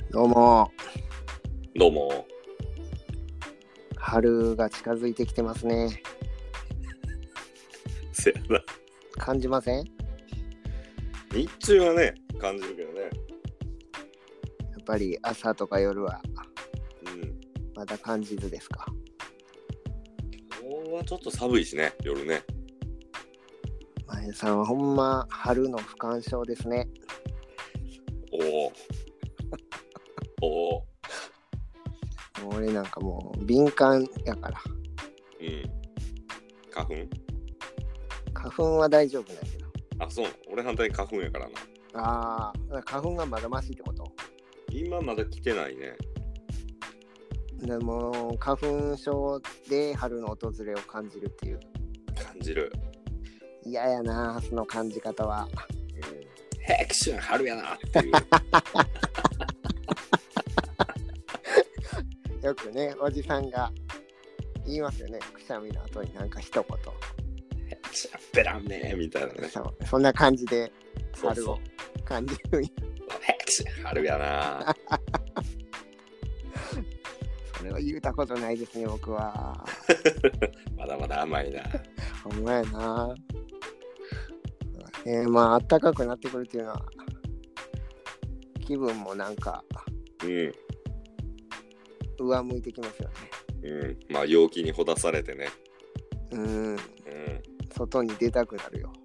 どうも。 どうも。 春が近づいてきてますね。 せやな。 感じません？や日中はね、感じるけどね。 っぱり朝とか夜はうん。 まだ感じずですか？ 今日はちょっと寒いしね、夜ね。 前さんはほんま春の不感症ですね。 おお。おお。 もう俺なんかもう敏感やから。 うん。花粉？ 花粉は大丈夫なんやけど。 あ、そう。俺反対に花粉やからな。 ああ、花粉がまだマシってこと？ 今まだ来てないね。 でも花粉症で春の訪れを感じるっていう。 感じる。 嫌やな、その感じ方は。 ヘクション春やなっていう。 よくね、おじさんが言いますよね。くしゃみの後になんか一言。 ヘクションペランねみたいなね。 そんな感じでそうそう春を感じる。 ヘクション春やな。 それは言うたことないですね、僕は。 まだまだ甘いな。 ほんまやな。まあ暖かくなってくるっていうのは気分もなんかうん。 上向いてきますよね。 うん。まあ陽気にほだされてね。 うん。 うん。 外に出たくなるよ。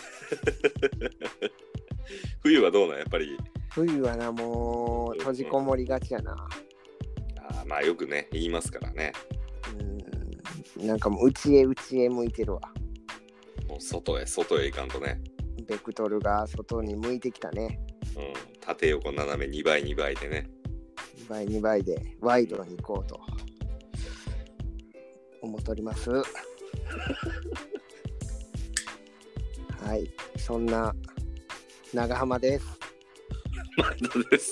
冬はどうなんやっぱり。 冬はな、もう閉じこもりがちやな。 あ、まあよくね言いますからね。 なんかもう内へ向いてるわ。 もう外へ行かんとね。 ベクトルが外に向いてきたね。 うん。縦横斜め2倍2倍でね。 2倍でワイドに行こうと思っております。はい、そんな長浜です。 前田です。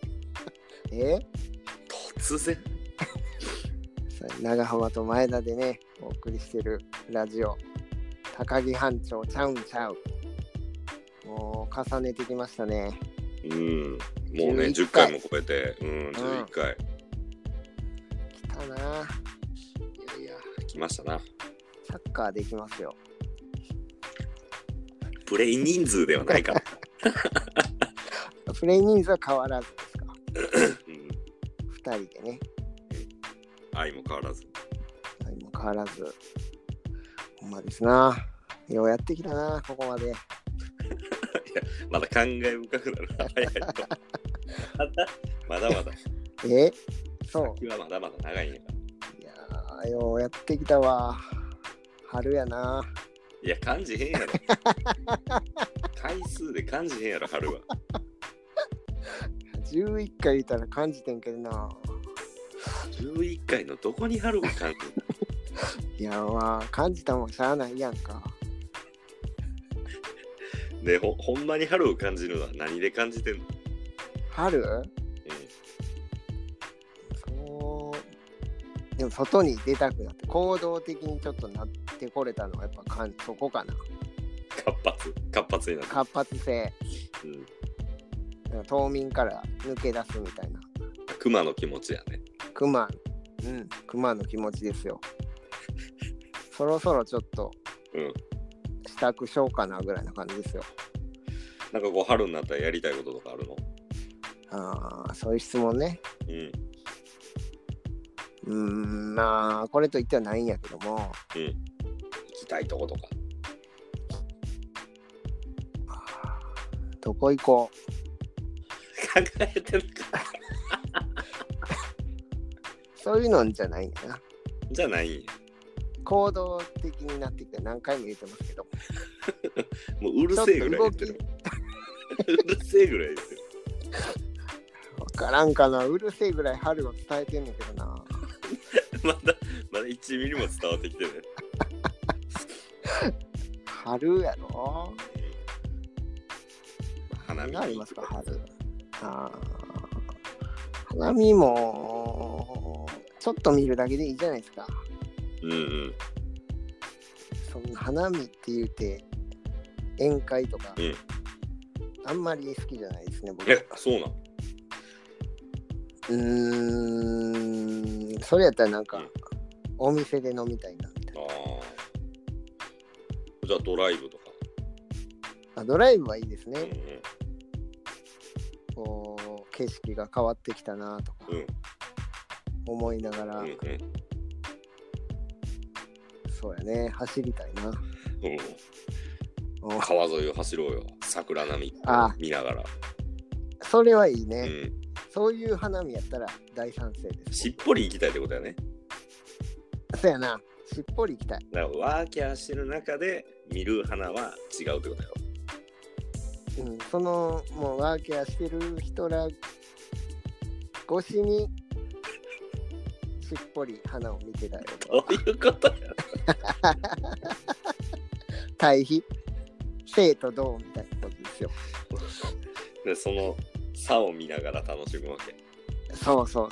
突然長浜と前田でねお送りしてるラジオ高木班長ちゃうんちゃう。もう重ねてきましたね。 うん。もうね10回も超えて、11回。 来たな。 いや来ましたな。 サッカーできますよ。 プレイ人数ではないから。 プレイ人数は変わらずですか。 うん、 2人でね。 愛も変わらず。 愛も変わらず。ほんまですな。ようやってきたな、ここまで。 いや、まだ感慨深くなる。早いと。まだまだ。 そう。 先はまだまだ長いんやから。 いやー、ようやってきたわ。春やな。 いや、感じへんやろ。回数で感じへんやろ、春は。 11回言ったら感じてんけどな。 11回のどこに春を感じる？ いやまあ感じたもんしゃあないやんか。 で、ほんまに春を感じるのは何で感じてんの？ 春？でも外に出たくなって行動的にちょっとなってこれたのはやっぱそこかな。 活発になって。 活発性。冬眠から抜け出すみたいな。 熊の気持ちやね。 熊の気持ちですよ。そろそろちょっと支度しようかなぐらいな感じですよ。 なんかこう春になったらやりたいこととかあるの？ そういう質問ね。まあこれと言ってはないんやけども、 行きたいとことか。 どこ行こう？ 考えてるか。 そういうのじゃないんだな。 じゃないんや。 行動的になってきて何回も言ってますけど。 もううるせえぐらい言ってる。うるせえぐらいですよ。 わからんかな。うるせえぐらい春を伝えてんねんけどな。 まだ1ミリも伝わってきてね。 春やろ？ 花見何がありますか春。花見もちょっと見るだけでいいじゃないですか。そんな花見って言うて宴会とか、あんまり好きじゃないですね僕。 そうなん？ それやったらなんか、 うん、 お店で飲みたいなみたいな。 ああ。じゃあドライブとか。 ドライブはいいですね。 うんうん、 こう景色が変わってきたなとか思いながら、 うんうん、 そうやね、走りたいな。 川沿いを走ろうよ。桜並み見ながら。 それはいいね。そういう花見やったら大賛成です。 しっぽり行きたいってことやね。 そうやな。しっぽり行きたい。 だからワーキャーしてる中で見る花は違うってことやろ。 そのもうワーキャーしてる人ら越しにしっぽり花を見てたよ。 どういうことや。 対比生と同みたいなことですよ。 でその差を見ながら楽しむわけ。 そうま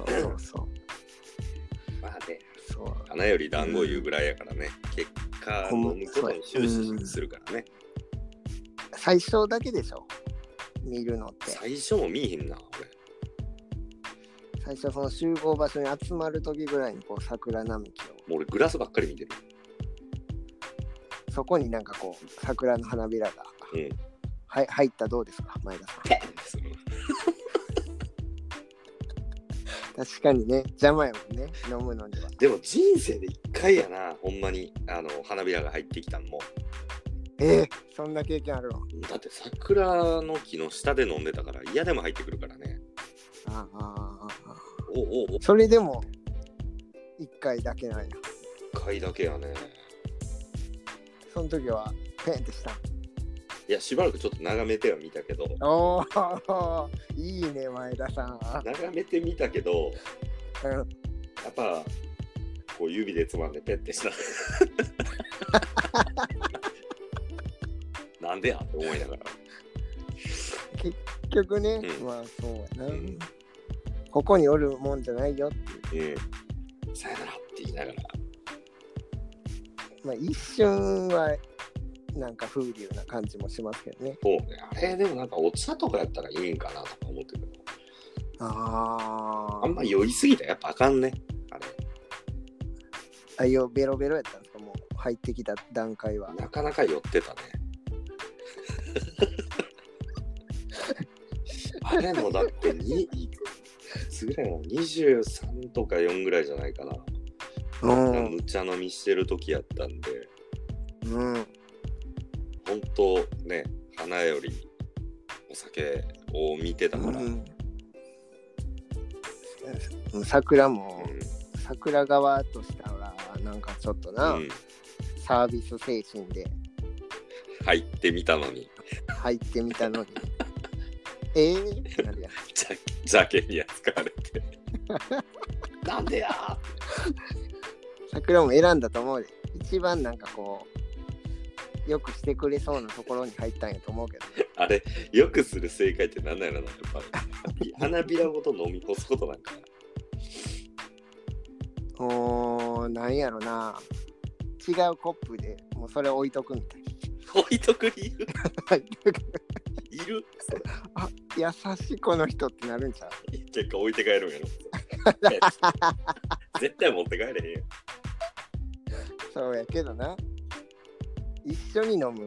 あね、 そう花より団子いうぐらいやからね、結果飲むことに終始するからね。 最初だけでしょ見るのって。 最初も見えへんな俺。 最初その集合場所に集まる時ぐらいにこう桜並木を。 もう俺グラスばっかり見てる。 そこになんかこう桜の花びらが、入った。どうですか前田さん。確かにね、邪魔やもんね、飲むのには。 でも人生で一回やな、ほんまに花びらが入ってきたんも。 そんな経験あるの？ だって桜の木の下で飲んでたから嫌でも入ってくるからね。 それでも1回だけなんや。 1回だけやね。 その時はペンってした？ いや、しばらくちょっと眺めてはみたけど。 いいね前田さん。 眺めてみたけど、やっぱこう指でつまんでペッてしたなんでやって思いながら。 結局ね、まあそうやな、ここにおるもんじゃないよっていう、 さよならって言いながら、 まあ一瞬はなんか風流な感じもしますけどね。 そうね。あれでもなんかお茶とかやったらいいんかなとか思ってるけど、あんま酔いすぎたらやっぱあかんね。あれベロベロやったんですか？もう入ってきた段階は。 なかなか酔ってたね。あれもだっていつぐらいなの23とか4ぐらいじゃないかな。むちゃ飲みしてる時やったんで、本当ね、花よりお酒を見てたから、 桜も、桜側としたらなんかちょっとな、サービス精神で入ってみたのにってなるやん。 邪気に扱われてなんでやー桜も選んだと思うで。一番なんかこうよくしてくれそうなところに入ったんやと思うけど、ね、 あれよくする正解って何なんやろな。やっぱ花びらごと飲み干すことなんかな。 なんやろな、違うコップでもうそれ置いとくみたいな。 置いとく理由いる？ 優しいこの人ってなるんちゃう？ 結果置いて帰るんやろ絶対持って帰れへんよ。 そうやけどな、一緒に飲む。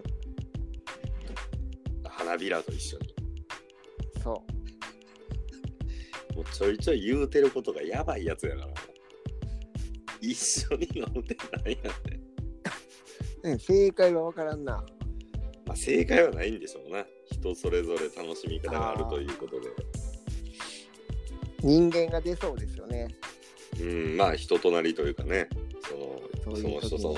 花びらと一緒に。 そう。 もうちょいちょい言うてることがやばいやつやから。一緒に飲んでないやね。正解は分からんな。 まあ正解はないんでしょうな。人それぞれ楽しみ方があるということで。 人間が出そうですよね。 まあ人となりというかね。その人の。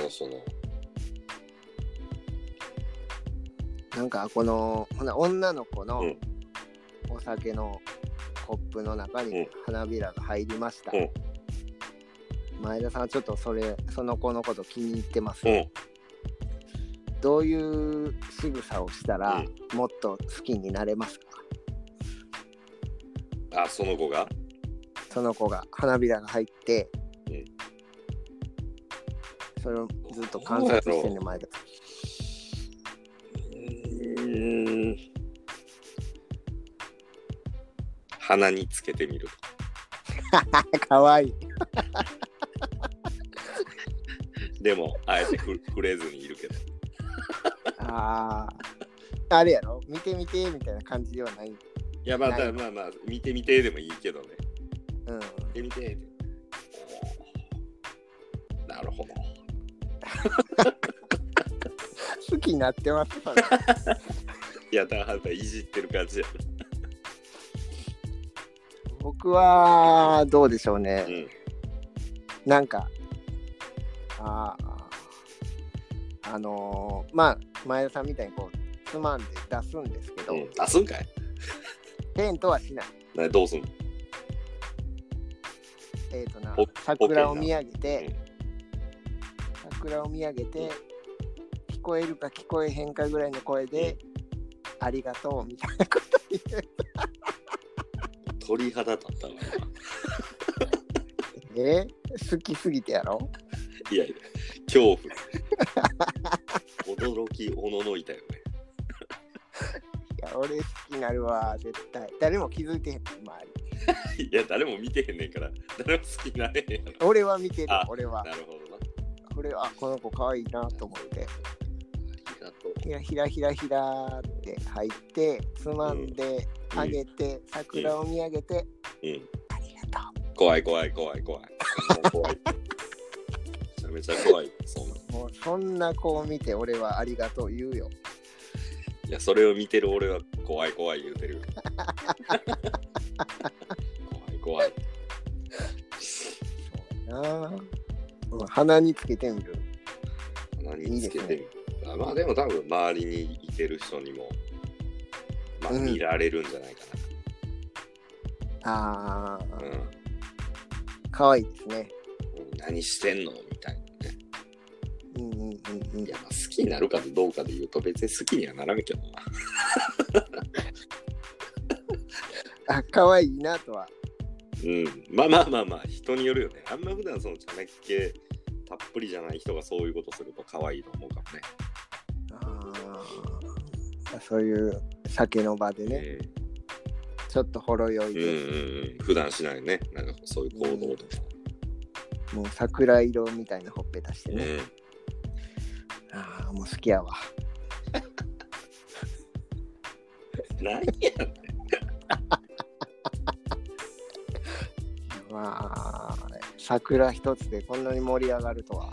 なんかこの女の子のお酒のコップの中に花びらが入りました。前田さんはちょっとその子のこと気に入ってます。どういう仕草をしたらもっと好きになれますか？ その子が花びらが入って、それをずっと観察してんね。前田さん。 鼻につけてみる。 かわいい。 でもあえて触れずにいるけど。 ああれやろ、見てみてみたいな感じではない。 いやまあ見てみてでもいいけどね。 うん。 見てみてって。なるほど。 好きになってますかいやだからいじってる感じや。 僕はどうでしょうね。なんかまあ前田さんみたいにこうつまんで出すんですけど、 出すんかい。 ペンとはしない。 どうすんの。 桜を見上げて、聞こえるか聞こえへんかぐらいの声で、ありがとうみたいなこと言う。 鳥肌立ったわ今。好きすぎてやろ。 いや恐怖驚きおののいたよね。 いや俺好きになるわ絶対。誰も気づいてへん周り。いや誰も見てへんねんから誰も好きになれへんやろ。 俺は見てる。俺はなるほどな。 これこの子かわいいなと思って、ひらひらって入ってつまんであげて、桜を見上げて、ありがとう。 怖いめちゃめちゃ怖い。 もうそんな子を見て俺はありがとう言うよ。 いやそれを見てる俺は怖い言うてる。怖い。 そうやな。鼻につけてみる。 鼻につけてみる。まあでも多分周りにいてる人にも、見られるんじゃないかな。かわいいですね。 何してんのみたいなね。いや好きになるかどうかで言うと別に好きにはならんけどな。かわいいなとは。 まあ人によるよね。あんま普段その茶目っ気たっぷりじゃない人がそういうことすると可愛いと思うかもね。 そういう酒の場でね、ちょっとほろ酔いで、 普段しないね。なんかそういう行動とか、 もう桜色みたいなほっぺたしてね、もう好きやわ。 何やねん。 桜一つでこんなに盛り上がるとは。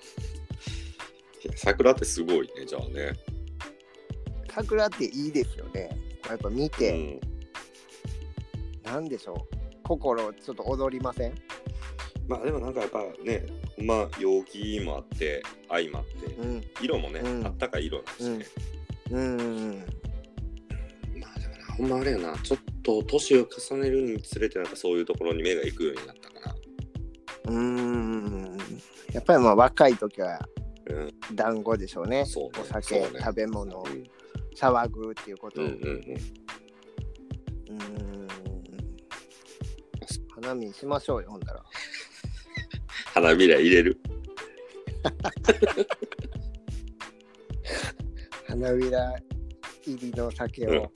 桜ってすごいね。じゃあね、 桜っていいですよね。やっぱ見て、なんでしょう、心ちょっと踊りません？ まあでもなんかやっぱね、陽気もあって相まって、色もね、あったかい色なんですね。 まあでもな、ほんまあれやな、ちょっと年を重ねるにつれてなんかそういうところに目が行くようになったかな。 やっぱり若い時は団子でしょうね。お酒、食べ物、騒ぐっていうことを。花見しましょうよ、ほんだら。 花びら入れる。 花びら入りの酒を、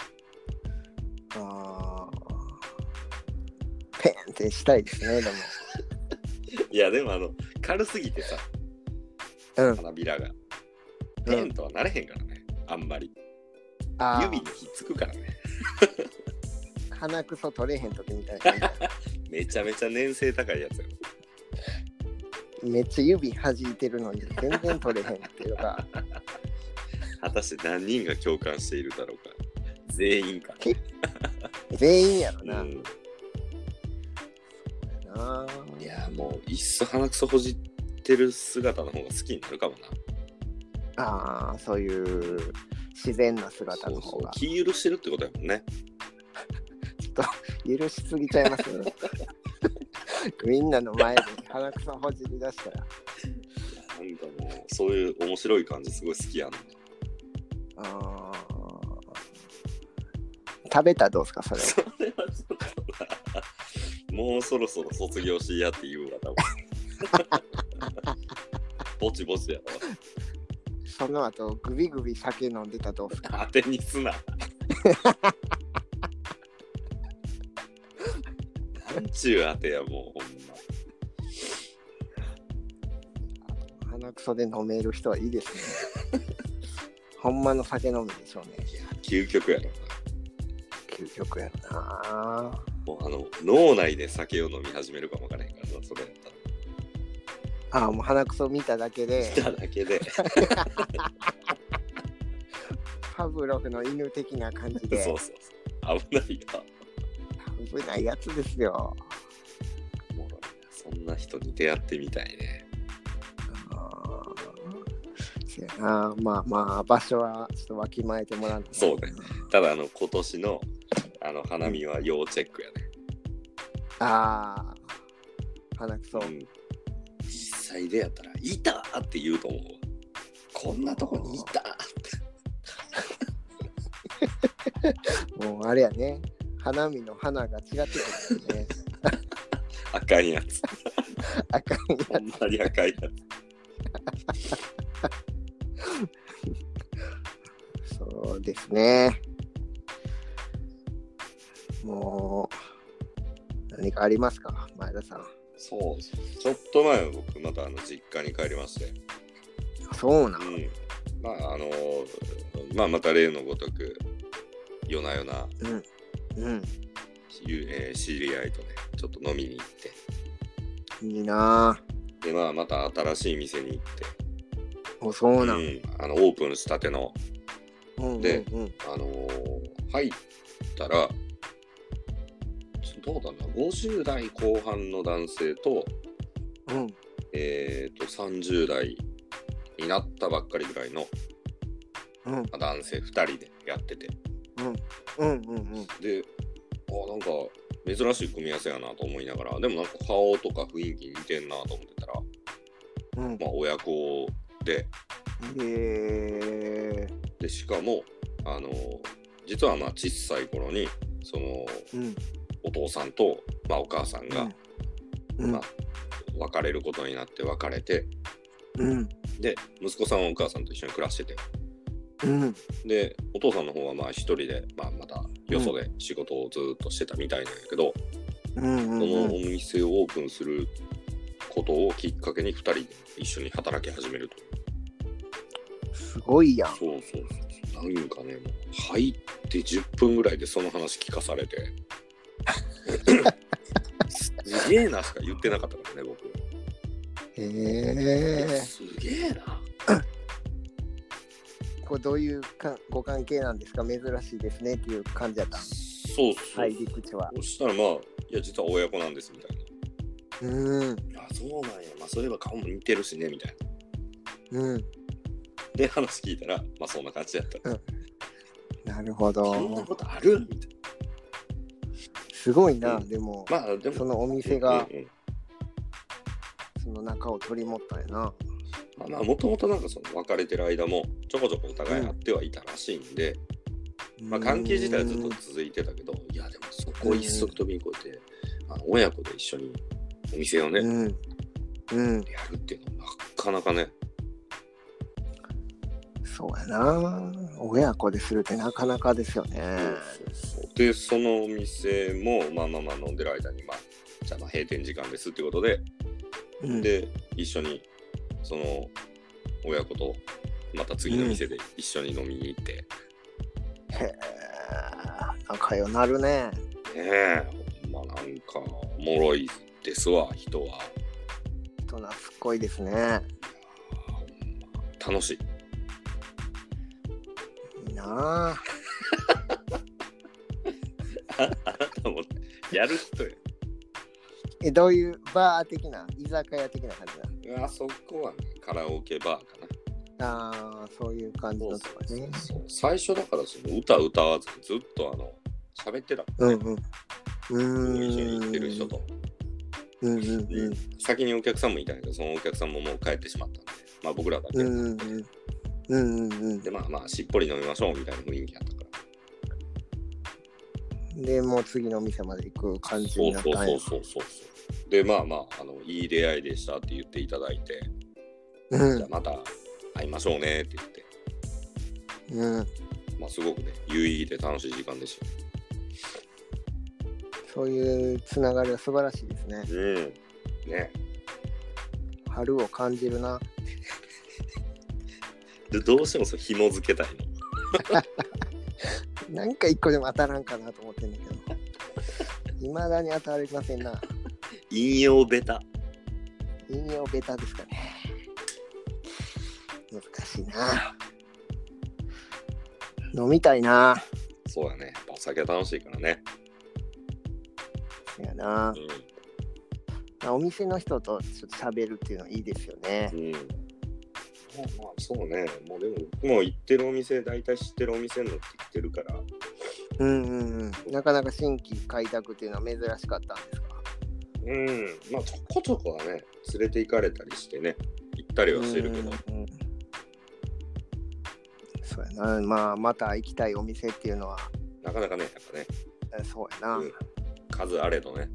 ペンってしたいですね。でもいやでも軽すぎてさ、花びらがペンとはなれへんからね、あんまり。指にひっつくからね。 鼻くそ取れへん時みたいな。 めちゃめちゃ粘性高いやつよ。 めっちゃ指弾いてるのに全然取れへんっていうか。 果たして何人が共感しているだろうか。全員か。 全員やろな。 いやもういっそ鼻くそほじってる姿の方が好きになるかもな。そういう自然な姿の方が。 気許してるってことやもんね。 ちょっと許しすぎちゃいますね。みんなの前で鼻くそほじり出したら。 なんかもうそういう面白い感じすごい好きやな。 食べたらどうですかそれは。 それはちょっともうそろそろ卒業しやって言うわ多分。ぼちぼちやろ。 その後グビグビ酒飲んでたらどうですか。 当てにすな。なんちゅう当てやもうほんま鼻くそで飲める人はいいですねほんまの酒飲みでしょうね。 いや究極やろな。 究極やろな。 もう脳内で酒を飲み始めるかもわからへんからな、それやったら。 もう鼻くそ見ただけでパブロフの犬的な感じで。 そう危ないよ。 危ないやつですよ。 もうそんな人に出会ってみたいね。 まあ場所はちょっとわきまえてもらう。 そうね。ただ今年の花見は要チェックやね。 鼻くそ、 実際でやったらいたって言うと思う。こんなとこにいたってもうあれやね、花見の花が違ってくるよね赤いやつ赤いやつ、 ほんまに赤いやつそうですね。もう何かありますか、前田さん。 そうです。ちょっと前僕また実家に帰りまして。 そうなん。 また例のごとく夜な夜な、知り合いとねちょっと飲みに行って。 いいな。 でまた新しい店に行って。 そうなん。 オープンしたての。で、入ったらどうだな、50代後半の男性と、30代になったばっかりぐらいの、男性2人でやってて、で、なんか珍しい組み合わせやなと思いながら、でもなんか顔とか雰囲気似てんなと思ってたら、親子で、でしかも実は小さい頃にその、お父さんと、お母さんが、別れることになって別れて、で息子さんはお母さんと一緒に暮らしてて、でお父さんの方は一人で、またよそで仕事をずっとしてたみたいなんやけど、そのお店をオープンすることをきっかけに2人で一緒に働き始めると。 すごいやん。 そうなんかね、もう入って10分ぐらいでその話聞かされてすげえなしか言ってなかったからね、僕。すげえな。 これどういうご関係なんですか、珍しいですねっていう感じだった。 そう入り口は。 そしたらいや実は親子なんですみたいな。そうなんや、そういえば顔も似てるしねみたいな。で話聞いたらそんな感じだった。 なるほど。 そんなことあるみたいな。 すごいな。でもそのお店が、その中を取り持ったんやな。 もともとなんかその別れてる間もちょこちょこお互い会ってはいたらしいんで、関係自体はずっと続いてたけど、いやでもそこを一足飛び越えて、親子で一緒にお店をね、やるっていうのはなかなかね。 そうやな。親子でするってなかなかですよね。 でそのお店も飲んでる間にじゃあ閉店時間ですってことで、で一緒にその親子とまた次の店で一緒に飲みに行って、 仲良なるね。 なんかおもろいですわ、人は。 人懐っこいですね。 楽しい。 いいなあなたもやる人や。 どういうバー的な、居酒屋的な感じな。 そこはね、カラオケバーかな。そういう感じのとかね。 最初だからその歌歌わずずっと喋ってたもんね。一緒に行ってる人と。先にお客さんもいたんやけど、そのお客さんももう帰ってしまったんで、僕らだけだったんで。でしっぽり飲みましょうみたいな雰囲気やったから。 でもう次の店まで行く感じになったんや。 そう。でいい出会いでしたって言っていただいて、じゃあまた会いましょうねって言って、すごくね有意義で楽しい時間でした。 そういうつながりは素晴らしいですね。 ね。 春を感じるな。 でどうしても紐付けたいの。なんか一個でも当たらんかなと思ってんだけど。未だに当たりませんな。 引用ベタ。 引用ベタですかね。難しいな。飲みたいな。 そうやね。お酒楽しいからね。 そうやな。お店の人とちょっと喋るっていうのいいですよね。 まあそうね。もうでも行ってるお店、大体知ってるお店に乗ってきてるから。 なかなか新規開拓っていうのは珍しかったんですか？ まあちょこちょこはね、連れて行かれたりしてね、行ったりはしてるけど。 そうやな。まあまた行きたいお店っていうのはなかなかね、やっぱね。 そうやな。 数あれどね。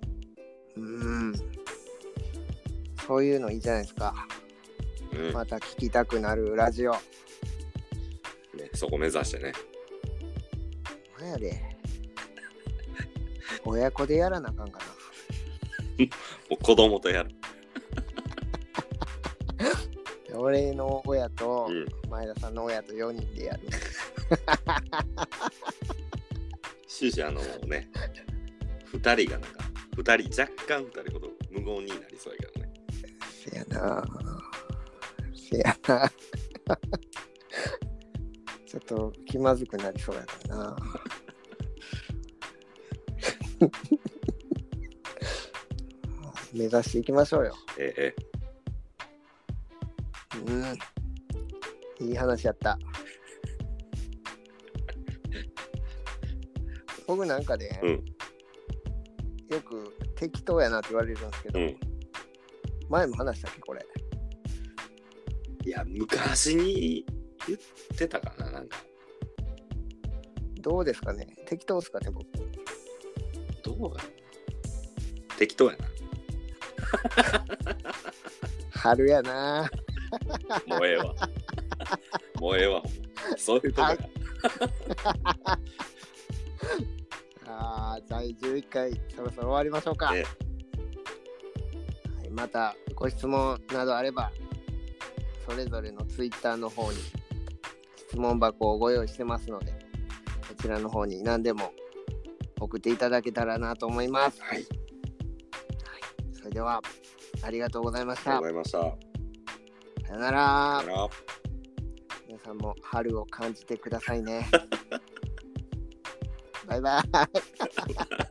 そういうのいいじゃないですか。また聞きたくなるラジオ。ね、 そこ目指してね。 なんやで。親子でやらなあかんかな。 もう子供とやる。 俺の親と前田さんの親と4人でやる。 終始ね、2人が若干2人ほど無言になりそうやけどね。 せやな。ちょっと気まずくなりそうやからな。目指していきましょうよ。いい話やった。僕なんかで、よく適当やなって言われるんですけど、前も話したっけこれ。 いや昔に言ってたかな。なんかどうですかね。適当ですかね僕。 どうだ。適当やな。 春やな。 もうええわ。そういうとこや。 第11回そろそろ終わりましょうか。またご質問などあればそれぞれのツイッターの方に質問箱をご用意してますので、こちらの方に何でも送っていただけたらなと思います。それではありがとうございました。 ありがとうございました。 さよなら。皆さんも春を感じてくださいね。バイバイ。